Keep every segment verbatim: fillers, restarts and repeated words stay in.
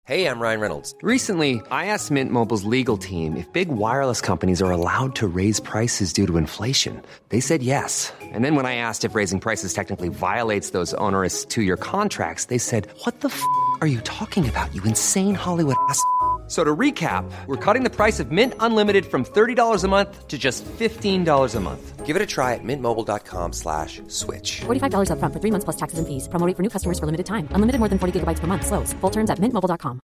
Hey, I'm Ryan Reynolds. Recently, I asked Mint Mobile's legal team if big wireless companies are allowed to raise prices due to inflation. They said yes. And then when I asked if raising prices technically violates those onerous two-year contracts, they said, what the f*** are you talking about, you insane Hollywood ass f- So to recap, we're cutting the price of Mint Unlimited from thirty dollars a month to just fifteen dollars a month. Give it a try at mintmobile.com slash switch. forty-five dollars up front for three months plus taxes and fees. Promo rate for new customers for limited time. Unlimited more than forty gigabytes per month. Slows full terms at mint mobile dot com.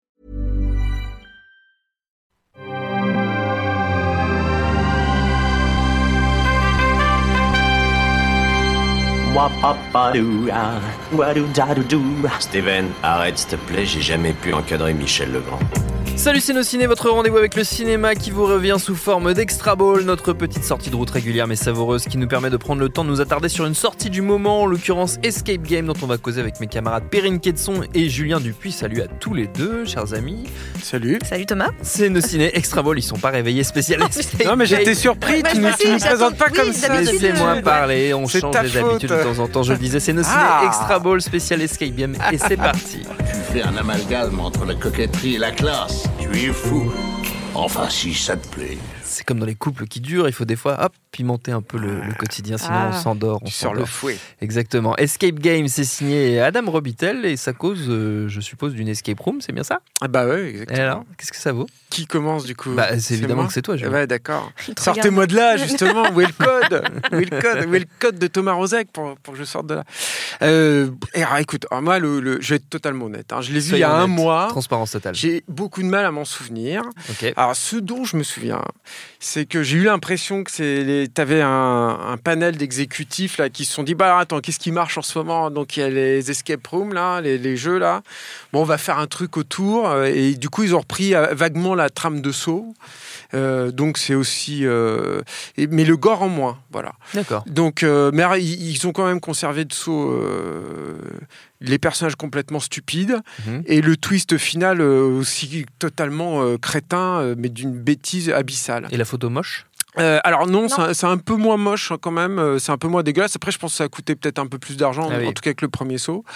Steven, arrête s'il te plaît, j'ai jamais pu encadrer Michel Legrand. Salut c'est nos ciné, votre rendez-vous avec le cinéma qui vous revient sous forme d'Extra Ball, notre petite sortie de route régulière mais savoureuse qui nous permet de prendre le temps de nous attarder sur une sortie du moment, en l'occurrence Escape Game, dont on va causer avec mes camarades Perrine Quetzon et Julien Dupuis. Salut à tous les deux, chers amis. Salut. Salut Thomas. C'est nos ciné Extra Ball, ils sont pas réveillés spécialistes. Non mais j'étais surpris, Bah, tu je ne sais, tu nous j'attends- présentes pas oui, comme ça. d'habitude, Laissez-moi euh, parler, on C'est change ta les faute. habitudes de temps en temps, je le disais, c'est nos ciné Ah. Extra Ball spécial Escape Game et c'est parti. Tu fais un amalgame entre la coquetterie et la classe. Tu es fou. Enfin, si ça te plaît. C'est comme dans les couples qui durent, il faut des fois hop, pimenter un peu le, le quotidien, sinon Ah. on s'endort. On Tu sors s'endort. le fouet. Exactement. Escape Game, c'est signé Adam Robitel et ça cause, euh, je suppose, d'une escape room, c'est bien ça? Ah bah ouais, Et exactement. alors, qu'est-ce que ça vaut? Qui commence du coup? Bah, c'est évidemment moi que c'est toi, Julien. Ouais, d'accord. te Sortez-moi de là, justement. Où est le code? Où est le code? Où est le code de Thomas Rozek pour, pour que je sorte de là? Euh, et alors, écoute, alors, moi, le, le- je vais être totalement honnête. hein. Je l'ai vu il y a Soyons un honnêtes. mois. Transparence totale. J'ai beaucoup de mal à m'en souvenir. Ok. Alors, ce dont je me souviens, c'est que j'ai eu l'impression que c'est les... t'avais un, un panel d'exécutifs là qui se sont dit bah attends, qu'est-ce qui marche en ce moment? Donc il y a les escape rooms là, les, les jeux là. Bon, on va faire un truc autour euh, et du coup ils ont repris euh, vaguement la trame de Saw. Euh, donc c'est aussi, euh, et- mais le gore en moins, voilà. D'accord. Donc, euh, mais alors, ils, ils ont quand même conservé de Saw euh, les personnages complètement stupides Mhm. et le twist final euh, aussi totalement euh, crétin, euh, mais d'une bêtise abyssale. Et la photo moche? Euh, alors non, Non. C'est, un, c'est un peu moins moche hein, quand même, euh, c'est un peu moins dégueulasse. Après, je pense que ça a coûté peut-être un peu plus d'argent, Ah oui. en tout cas que le premier Saw.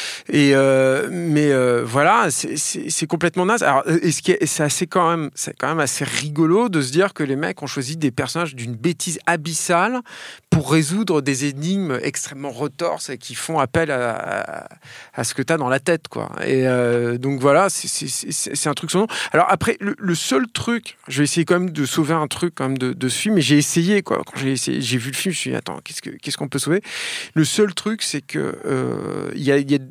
Et euh, mais euh, voilà, c'est, c'est, c'est complètement naze. Alors, et ce qui est, c'est assez quand même, c'est quand même assez rigolo de se dire que les mecs ont choisi des personnages d'une bêtise abyssale pour résoudre des énigmes extrêmement retorses et qui font appel à, à, à ce que tu as dans la tête, quoi. Et euh, donc voilà, c'est, c'est, c'est, c'est un truc sans nom. Alors après, le, le seul truc, je vais essayer quand même de sauver un truc quand même de, de ce film, mais j'ai essayé, quoi. Quand j'ai essayé, j'ai vu le film, je me suis dit, attends, qu'est-ce, que, qu'est-ce qu'on peut sauver? Le seul truc, c'est que euh, il y a, il y a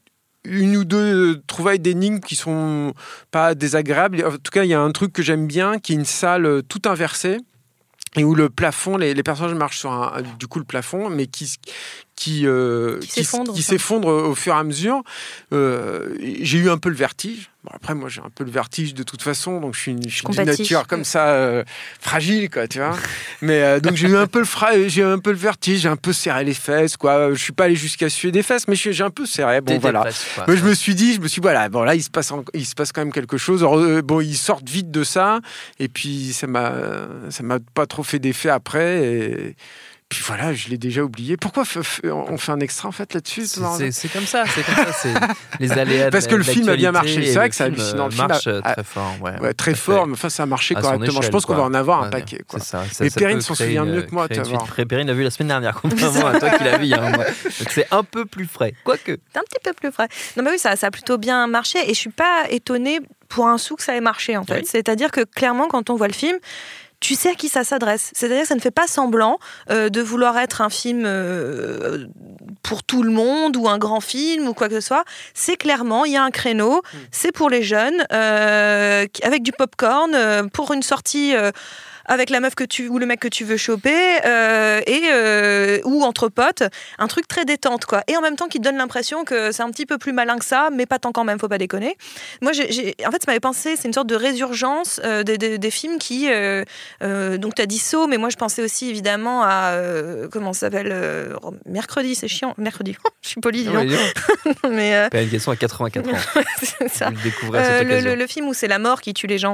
une ou deux trouvailles d'énigmes qui sont pas désagréables. En tout cas, il y a un truc que j'aime bien, qui est une salle euh, toute inversée et où le plafond, les, les personnages marchent sur un, du coup le plafond, mais qui qui euh, Qui s'effondre, qui ça. s'effondre au fur et à mesure. Euh, j'ai eu un peu le vertige. Bon, après, moi, j'ai un peu le vertige de toute façon, donc je suis une, je suis d'une compatis. nature comme ça euh, fragile, quoi, tu vois. Mais euh, donc j'ai eu un peu le fra- j'ai eu un peu le vertige, j'ai un peu serré les fesses, quoi. Je suis pas allé jusqu'à suer des fesses, mais j'ai j'ai un peu serré. Bon, T'étais voilà. presque, quoi. Moi, je me suis dit, je me suis dit, voilà, bon là, il se passe, en- il se passe quand même quelque chose. Alors, euh, bon, ils sortent vite de ça, et puis ça m'a, ça m'a pas trop fait d'effet après. Et puis voilà, je l'ai déjà oublié. Pourquoi f- f- on fait un extra en fait là-dessus? C'est, Thomas c'est, c'est comme ça, c'est comme ça, c'est les aléas de Parce la- que le film a bien d'actualité marché. et C'est vrai le que c'est film, hallucinant. euh, Le film marche a- euh, a- très fort, ouais. Ouais, très tout à fort, fait. mais enfin, ça a marché À son correctement. je échelle, pense qu'on quoi. va en avoir un Ouais, paquet, quoi. C'est ça, ça, Mais ça Perrine peut s'en créer souvient une- mieux que moi, créer une tu vas suite. Perrine l'a vu la semaine dernière, contrairement à toi qui l'as vu il y a un mois. Donc c'est un peu plus frais, quoique. C'est un petit peu plus frais. Non, mais oui, ça, ça a plutôt bien marché et je suis pas étonnée pour un sou que ça ait marché en fait. Oui. C'est-à-dire que clairement, quand on voit le film, tu sais à qui ça s'adresse. C'est-à-dire que ça ne fait pas semblant euh, de vouloir être un film euh, pour tout le monde ou un grand film ou quoi que ce soit. C'est clairement, il y a un créneau, c'est pour les jeunes, euh, qui- avec du popcorn, euh, pour une sortie... euh, avec la meuf que tu ou le mec que tu veux choper euh, et euh, ou entre potes, un truc très détente quoi. Et en même temps qui te donne l'impression que c'est un petit peu plus malin que ça, mais pas tant quand même, faut pas déconner. Moi, j'ai, j'ai, en fait, ça m'avait pensé, c'est une sorte de résurgence euh, des, des, des films qui, euh, euh, donc tu as dit Saw, mais moi je pensais aussi évidemment à euh, comment ça s'appelle, euh, mercredi, c'est chiant, mercredi. Je suis polie, dis donc. mais euh, Perrine Quetzon a quatre-vingt-quatre ans. c'est ça. Vous le découvrez à Euh, cette le, occasion. le, le film où c'est la mort qui tue les gens.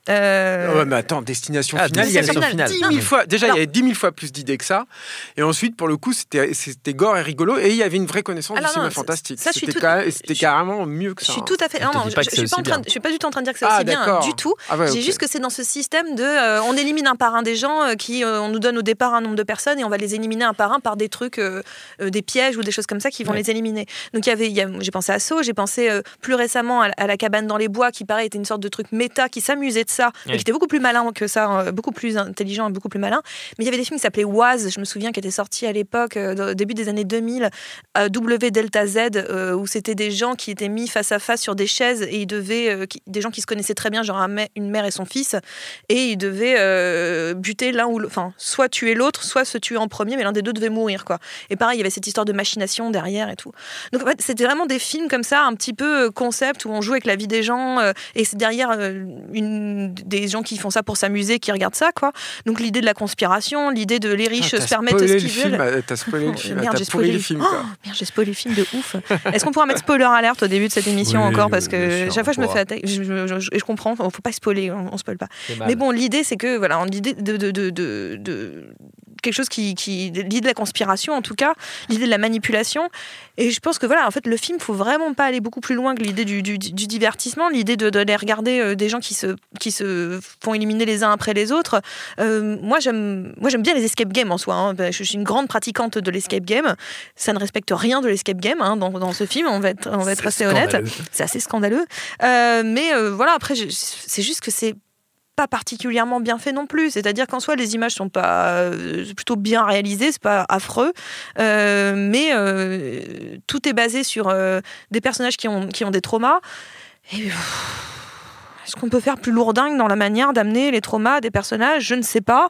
Euh... Ouais, mais attends, Destination Ah, Finale, il y avait Destination Finale. dix Non, mille mais- fois, déjà, il y alors- avait dix mille fois plus d'idées que ça. Et ensuite, pour le coup, c'était, c'était gore et rigolo. Et il y avait une vraie connaissance Alors du cinéma non, ça- fantastique. ça, je suis c'était tout- quand même- c'était je- carrément mieux que Je ça. suis hein. tout à fait. On Non, te non, dit je, pas que je c'est suis pas aussi en train. bien. de- Je suis pas du tout en train de dire que c'est Ah, aussi bien d'accord. du tout. Ah ouais, J'ai ok. juste que c'est dans ce système de, euh, on élimine un par un des gens euh, qui, euh, on nous donne au départ un nombre de personnes et on va les éliminer un par un par des trucs, euh, euh, des pièges ou des choses comme ça qui vont Ouais. les éliminer. Donc il y avait, il y a- j'ai pensé à Saw, j'ai pensé euh, plus récemment à, à la cabane dans les bois qui pareil était une sorte de truc méta qui s'amusait de ça, mais Ouais. qui était beaucoup plus malin que ça, euh, beaucoup plus intelligent et beaucoup plus malin. Mais il y avait des films qui s'appelaient Waz, je me souviens, qui étaient sortis à l'époque, euh, au début des années deux mille, euh, W Delta Z, euh, où c'était des gens qui étaient mis face à face sur des chaises et ils devaient, euh, qui- des gens qui se connaissaient très bien, genre un mè- une mère et son fils, et ils devaient euh, buter l'un ou l'autre, enfin, soit tuer l'autre, soit se tuer en premier, mais l'un des deux devait mourir, quoi. Et pareil, il y avait cette histoire de machination derrière et tout. Donc en fait, c'était vraiment des films comme ça, un petit peu euh, concept, où on joue avec la vie des gens, euh, et c'est derrière euh, une, des gens qui font ça pour s'amuser, qui regardent ça, quoi. Donc l'idée de la conspiration, l'idée de les riches Ah, se t'as permettent spoilé ce le qu'ils film, veulent. euh, T'as spoilé le Oh, film. merde, T'as j'ai pourri spoilé le le- film. Oh, quoi. merde, j'ai spoilé le film de ouf. Est-ce qu'on pourra mettre spoiler alert au début de cette émission Oui, encore parce bien que sûr, chaque fois je on me pourra. fais attaquer, je, je, je- et je comprends, faut pas spoiler, on, on spoil pas. C'est mal. Mais bon, l'idée c'est que voilà, l'idée de, de, de, de, de- quelque chose qui, qui l'idée de la conspiration en tout cas, l'idée de la manipulation. Et je pense que voilà, en fait, le film, faut vraiment pas aller beaucoup plus loin que l'idée du, du, du divertissement, l'idée de, de les regarder euh, des gens qui se, qui se font éliminer les uns après les autres. Euh, moi, j'aime, moi, j'aime bien les escape games en soi. Hein. Ben, je suis une grande pratiquante de l'escape game. Ça ne respecte rien de l'escape game hein, dans, dans ce film. On va être, on va être assez honnête. Scandaleux. C'est assez scandaleux. Euh, mais euh, voilà, après, je- c'est juste que c'est pas particulièrement bien fait non plus. C'est-à-dire qu'en soi, les images sont pas euh, plutôt bien réalisées, c'est pas affreux, euh, mais euh, tout est basé sur euh, des personnages qui ont, qui ont des traumas. Et pff, est-ce qu'on peut faire plus lourdingue dans la manière d'amener les traumas des personnages ? Je ne sais pas.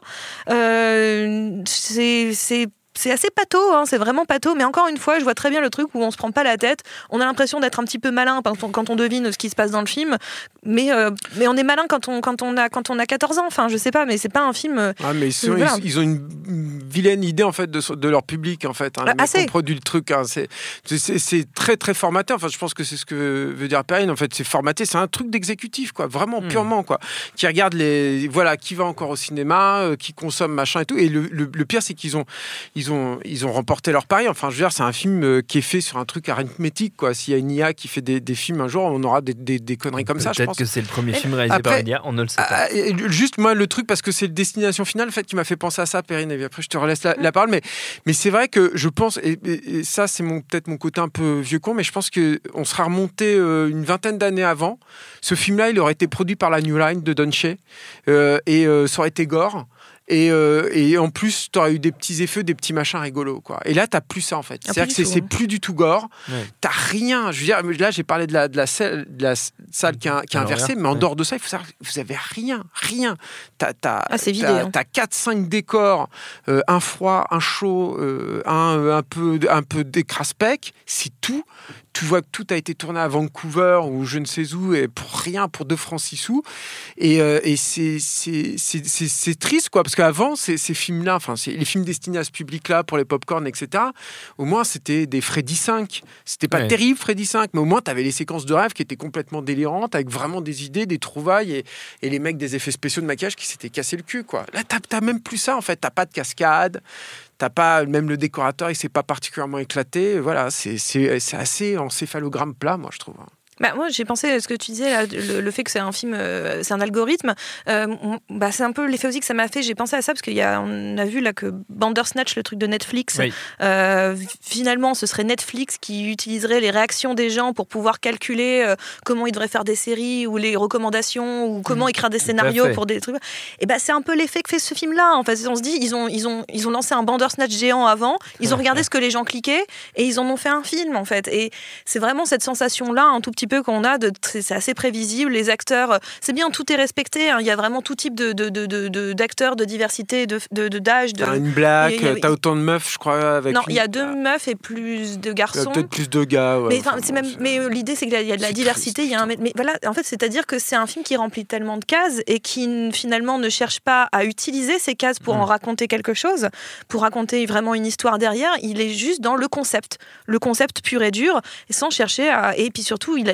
Euh, c'est, c'est C'est assez pâteau, hein, c'est vraiment pâteau, mais encore une fois, je vois très bien le truc où on se prend pas la tête, on a l'impression d'être un petit peu malin quand on, quand on devine ce qui se passe dans le film, mais, euh, mais on est malin quand on, quand, on a, quand on a quatorze ans, enfin je sais pas, mais c'est pas un film... euh, Ah, mais ils, sont- Voilà. ils- ils ont une vilaine idée en fait de, de leur public en fait. Hein, les Ah, mecs assez. qui ont produit le truc, hein, c'est, c'est, c'est très très formaté. Enfin, je pense que c'est ce que veut dire Perrine. En fait, c'est formaté. C'est un truc d'exécutif, quoi. Vraiment Mm. purement, quoi. Qui regarde les, voilà, qui va encore au cinéma, euh, qui consomme machin et tout. Et le, le, le pire, c'est qu'ils ont, ils ont, ils ont remporté leur pari. Enfin, je veux dire, c'est un film euh, qui est fait sur un truc arithmétique, quoi. S'il y a une I A qui fait des, des films un jour, on aura des, des, des conneries comme ça, je Peut-être pense. que c'est le premier Mais film réalisé par après- une I A, on ne le sait pas. Ah, et juste moi le truc parce que c'est le Destination Finale en fait qui m'a fait penser à ça, Perrine, et puis après je te relaisse la, la parole, mais mais c'est vrai que je pense et, et- et ça c'est mon peut-être mon côté un peu vieux con, mais je pense que on sera remonté euh, une vingtaine d'années avant. Ce film-là, il aurait été produit par la New Line de Don Cheadle, euh, et euh, ça aurait été gore. Et, euh, et en plus, tu aurais eu des petits effets, des petits machins rigolos, quoi. Et là, t'as plus ça, en fait. Ah, C'est-à-dire plus que c'est, du tout, c'est hein. plus du tout gore. Ouais. T'as rien. Je veux dire, là, j'ai parlé de la, de la, salle, de la salle qui est, qui est À inversée, l'envers, mais en ouais. dehors de ça, il faut savoir que vous avez rien, rien. T'as, t'as, Ah, c'est vidé, t'as, hein. t'as quatre cinq décors, euh, un froid, un chaud, euh, un, un peu, un peu d'écrasse-pec. C'est tout. Tu vois que tout a été tourné à Vancouver ou je ne sais où, et pour rien, pour deux francs six sous. Et, euh, et c'est, c'est, c'est, c'est, c'est triste, quoi, parce qu'avant, ces, ces films-là, enfin, c'est, les films destinés à ce public-là, pour les pop-corn, et cetera, au moins, c'était des Freddy cinq. C'était pas Ouais. terrible, Freddy cinq, mais au moins, tu avais les séquences de rêve qui étaient complètement délirantes, avec vraiment des idées, des trouvailles, et, et les mecs des effets spéciaux de maquillage qui s'étaient cassés le cul, quoi. Là, t'as, t'as même plus ça, en fait. T'as pas de cascade. T'as pas, même le décorateur, il s'est pas particulièrement éclaté. Voilà, c'est, c'est, c'est assez encéphalogramme plat, moi, je trouve. Bah, moi, j'ai pensé à ce que tu disais, là, le, le fait que c'est un film, euh, c'est un algorithme. Euh, on- bah, c'est un peu l'effet aussi que ça m'a fait. J'ai pensé à ça parce qu'on a vu là que Bandersnatch, le truc de Netflix, Oui. euh, finalement, ce serait Netflix qui utiliserait les réactions des gens pour pouvoir calculer euh, comment ils devraient faire des séries ou les recommandations ou comment écrire des scénarios fait. pour des trucs. Et bah, c'est un peu l'effet que fait ce film-là. En fait, on se dit, ils ont, ils ont, ils ont lancé un Bandersnatch géant avant, ils ont regardé ce que les gens cliquaient et ils en ont fait un film, en fait. Et c'est vraiment cette sensation-là, un tout petit peu qu'on a, de, c'est c'est assez prévisible. Les acteurs, c'est bien, tout est respecté. Hein. Il y a vraiment tout type de, de, de, de- de- d'acteurs, de diversité, de, de, de- d'âge. De... T'as une blague, il y a- il y a- t'as autant de meufs, je crois, avec Non, une- il y a deux meufs et plus de Il y a garçons. peut-être plus de gars. Ouais, Mais, enfin, enfin, c'est bon, même, c'est- mais euh, l'idée, c'est qu'il y a, il y a de la C'est diversité. triste, Il y a un, putain. mais voilà, en fait, c'est-à-dire que c'est un film qui remplit tellement de cases et qui n- finalement ne cherche pas à utiliser ces cases pour Mm. en raconter quelque chose, pour raconter vraiment une histoire derrière. Il est juste dans le concept, le concept pur et dur, et sans chercher à. Et puis surtout, il a,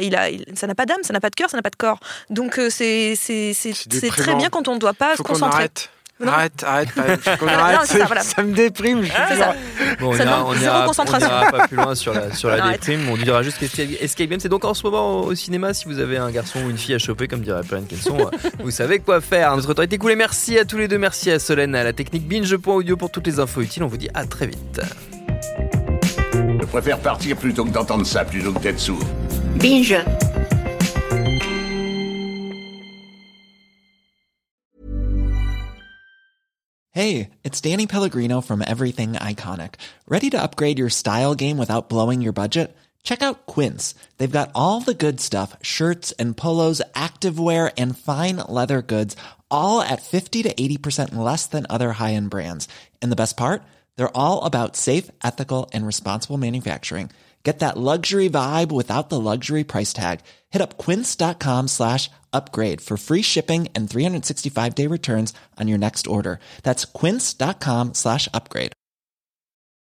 il a, il- ça n'a pas d'âme, ça n'a pas de cœur, ça n'a pas de corps. Donc euh, c'est, c'est, c'est, C'est c'est très déprimant. bien quand on ne doit pas Faut se qu'on concentrer. arrête. Non. Arrête, arrête, arrête. Faut qu'on Voilà, arrête. non, c'est ça, voilà. ça me déprime. Je C'est suis ça. genre- Bon, on Ça ira, demande on zéro ira- on concentration. ira pas plus loin sur la, sur la Arrête. déprime. On dira juste qu'Escape Escape Game, c'est donc en ce moment au cinéma. Si vous avez un garçon ou une fille à choper, comme dirait Perrine Kenson, euh, vous savez quoi faire. Notre temps est écoulé. Merci à tous les deux. Merci à Solène, à la technique binge point audio pour toutes les infos utiles. On vous dit à très vite. Je préfère partir plutôt que d'entendre ça, plutôt que d'être sourd. Binge. Hey, it's Danny Pellegrino from Everything Iconic. Ready to upgrade your style game without blowing your budget? Check out Quince. They've got all the good stuff, shirts and polos, activewear, and fine leather goods, all at fifty to eighty percent less than other high-end brands. And the best part? They're all about safe, ethical, and responsible manufacturing. Get that luxury vibe without the luxury price tag. Hit up quince.com slash upgrade for free shipping and three sixty-five day returns on your next order. That's quince.com slash upgrade.